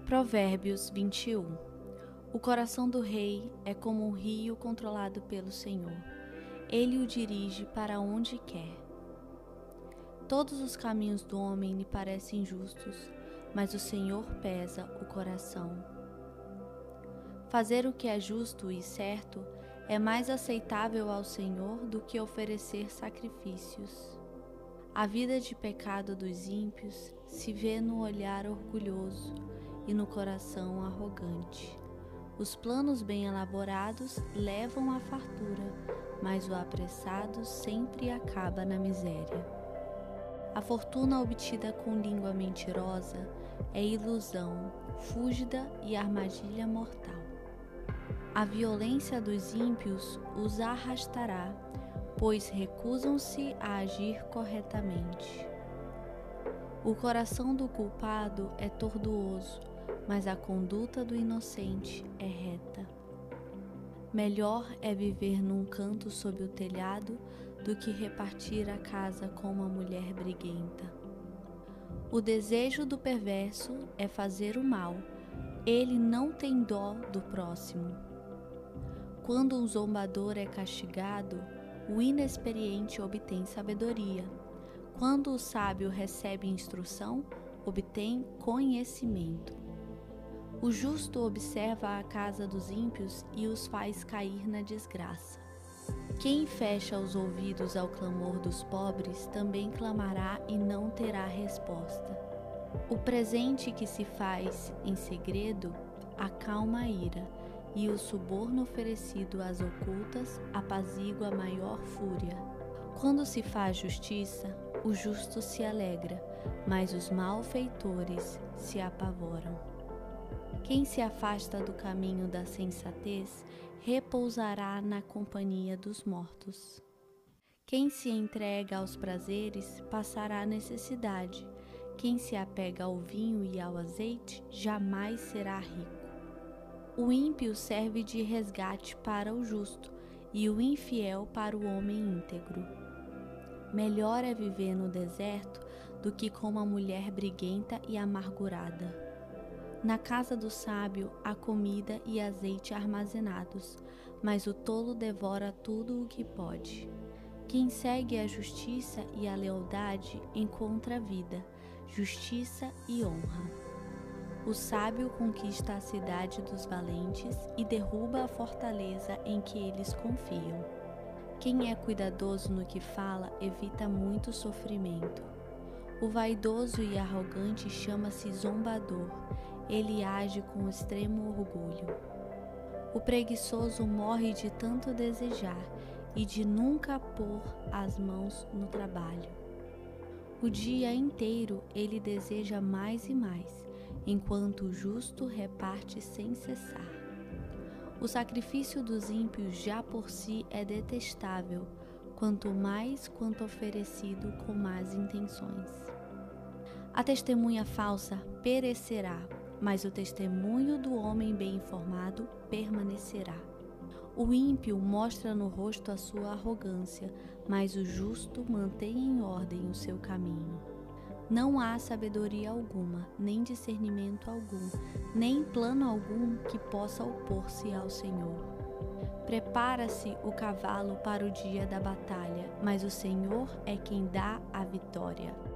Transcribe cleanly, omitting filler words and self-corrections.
Provérbios 21. O coração do rei é como um rio controlado pelo Senhor. Ele o dirige para onde quer. Todos os caminhos do homem lhe parecem justos, mas o Senhor pesa o coração. Fazer o que é justo e certo é mais aceitável ao Senhor do que oferecer sacrifícios. A vida de pecado dos ímpios se vê no olhar orgulhoso e no coração arrogante. Os planos bem elaborados levam à fartura, mas o apressado sempre acaba na miséria. A fortuna obtida com língua mentirosa é ilusão, fúlgida e armadilha mortal. A violência dos ímpios os arrastará, pois recusam-se a agir corretamente. O coração do culpado é tortuoso, mas a conduta do inocente é reta. Melhor é viver num canto sob o telhado do que repartir a casa com uma mulher briguenta. O desejo do perverso é fazer o mal, ele não tem dó do próximo. Quando um zombador é castigado, o inexperiente obtém sabedoria. Quando o sábio recebe instrução, obtém conhecimento. O justo observa a casa dos ímpios e os faz cair na desgraça. Quem fecha os ouvidos ao clamor dos pobres também clamará e não terá resposta. O presente que se faz em segredo acalma a ira, e o suborno oferecido às ocultas apazigua a maior fúria. Quando se faz justiça, o justo se alegra, mas os malfeitores se apavoram. Quem se afasta do caminho da sensatez repousará na companhia dos mortos. Quem se entrega aos prazeres passará necessidade. Quem se apega ao vinho e ao azeite jamais será rico. O ímpio serve de resgate para o justo e o infiel para o homem íntegro. Melhor é viver no deserto do que com uma mulher briguenta e amargurada. Na casa do sábio há comida e azeite armazenados, mas o tolo devora tudo o que pode. Quem segue a justiça e a lealdade encontra vida, justiça e honra. O sábio conquista a cidade dos valentes e derruba a fortaleza em que eles confiam. Quem é cuidadoso no que fala evita muito sofrimento. O vaidoso e arrogante chama-se zombador. Ele age com extremo orgulho. O preguiçoso morre de tanto desejar e de nunca pôr as mãos no trabalho. O dia inteiro ele deseja mais e mais, enquanto o justo reparte sem cessar. O sacrifício dos ímpios já por si é detestável, quanto mais quanto oferecido com más intenções. A testemunha falsa perecerá, mas o testemunho do homem bem informado permanecerá. O ímpio mostra no rosto a sua arrogância, mas o justo mantém em ordem o seu caminho. Não há sabedoria alguma, nem discernimento algum, nem plano algum que possa opor-se ao Senhor. Prepara-se o cavalo para o dia da batalha, mas o Senhor é quem dá a vitória.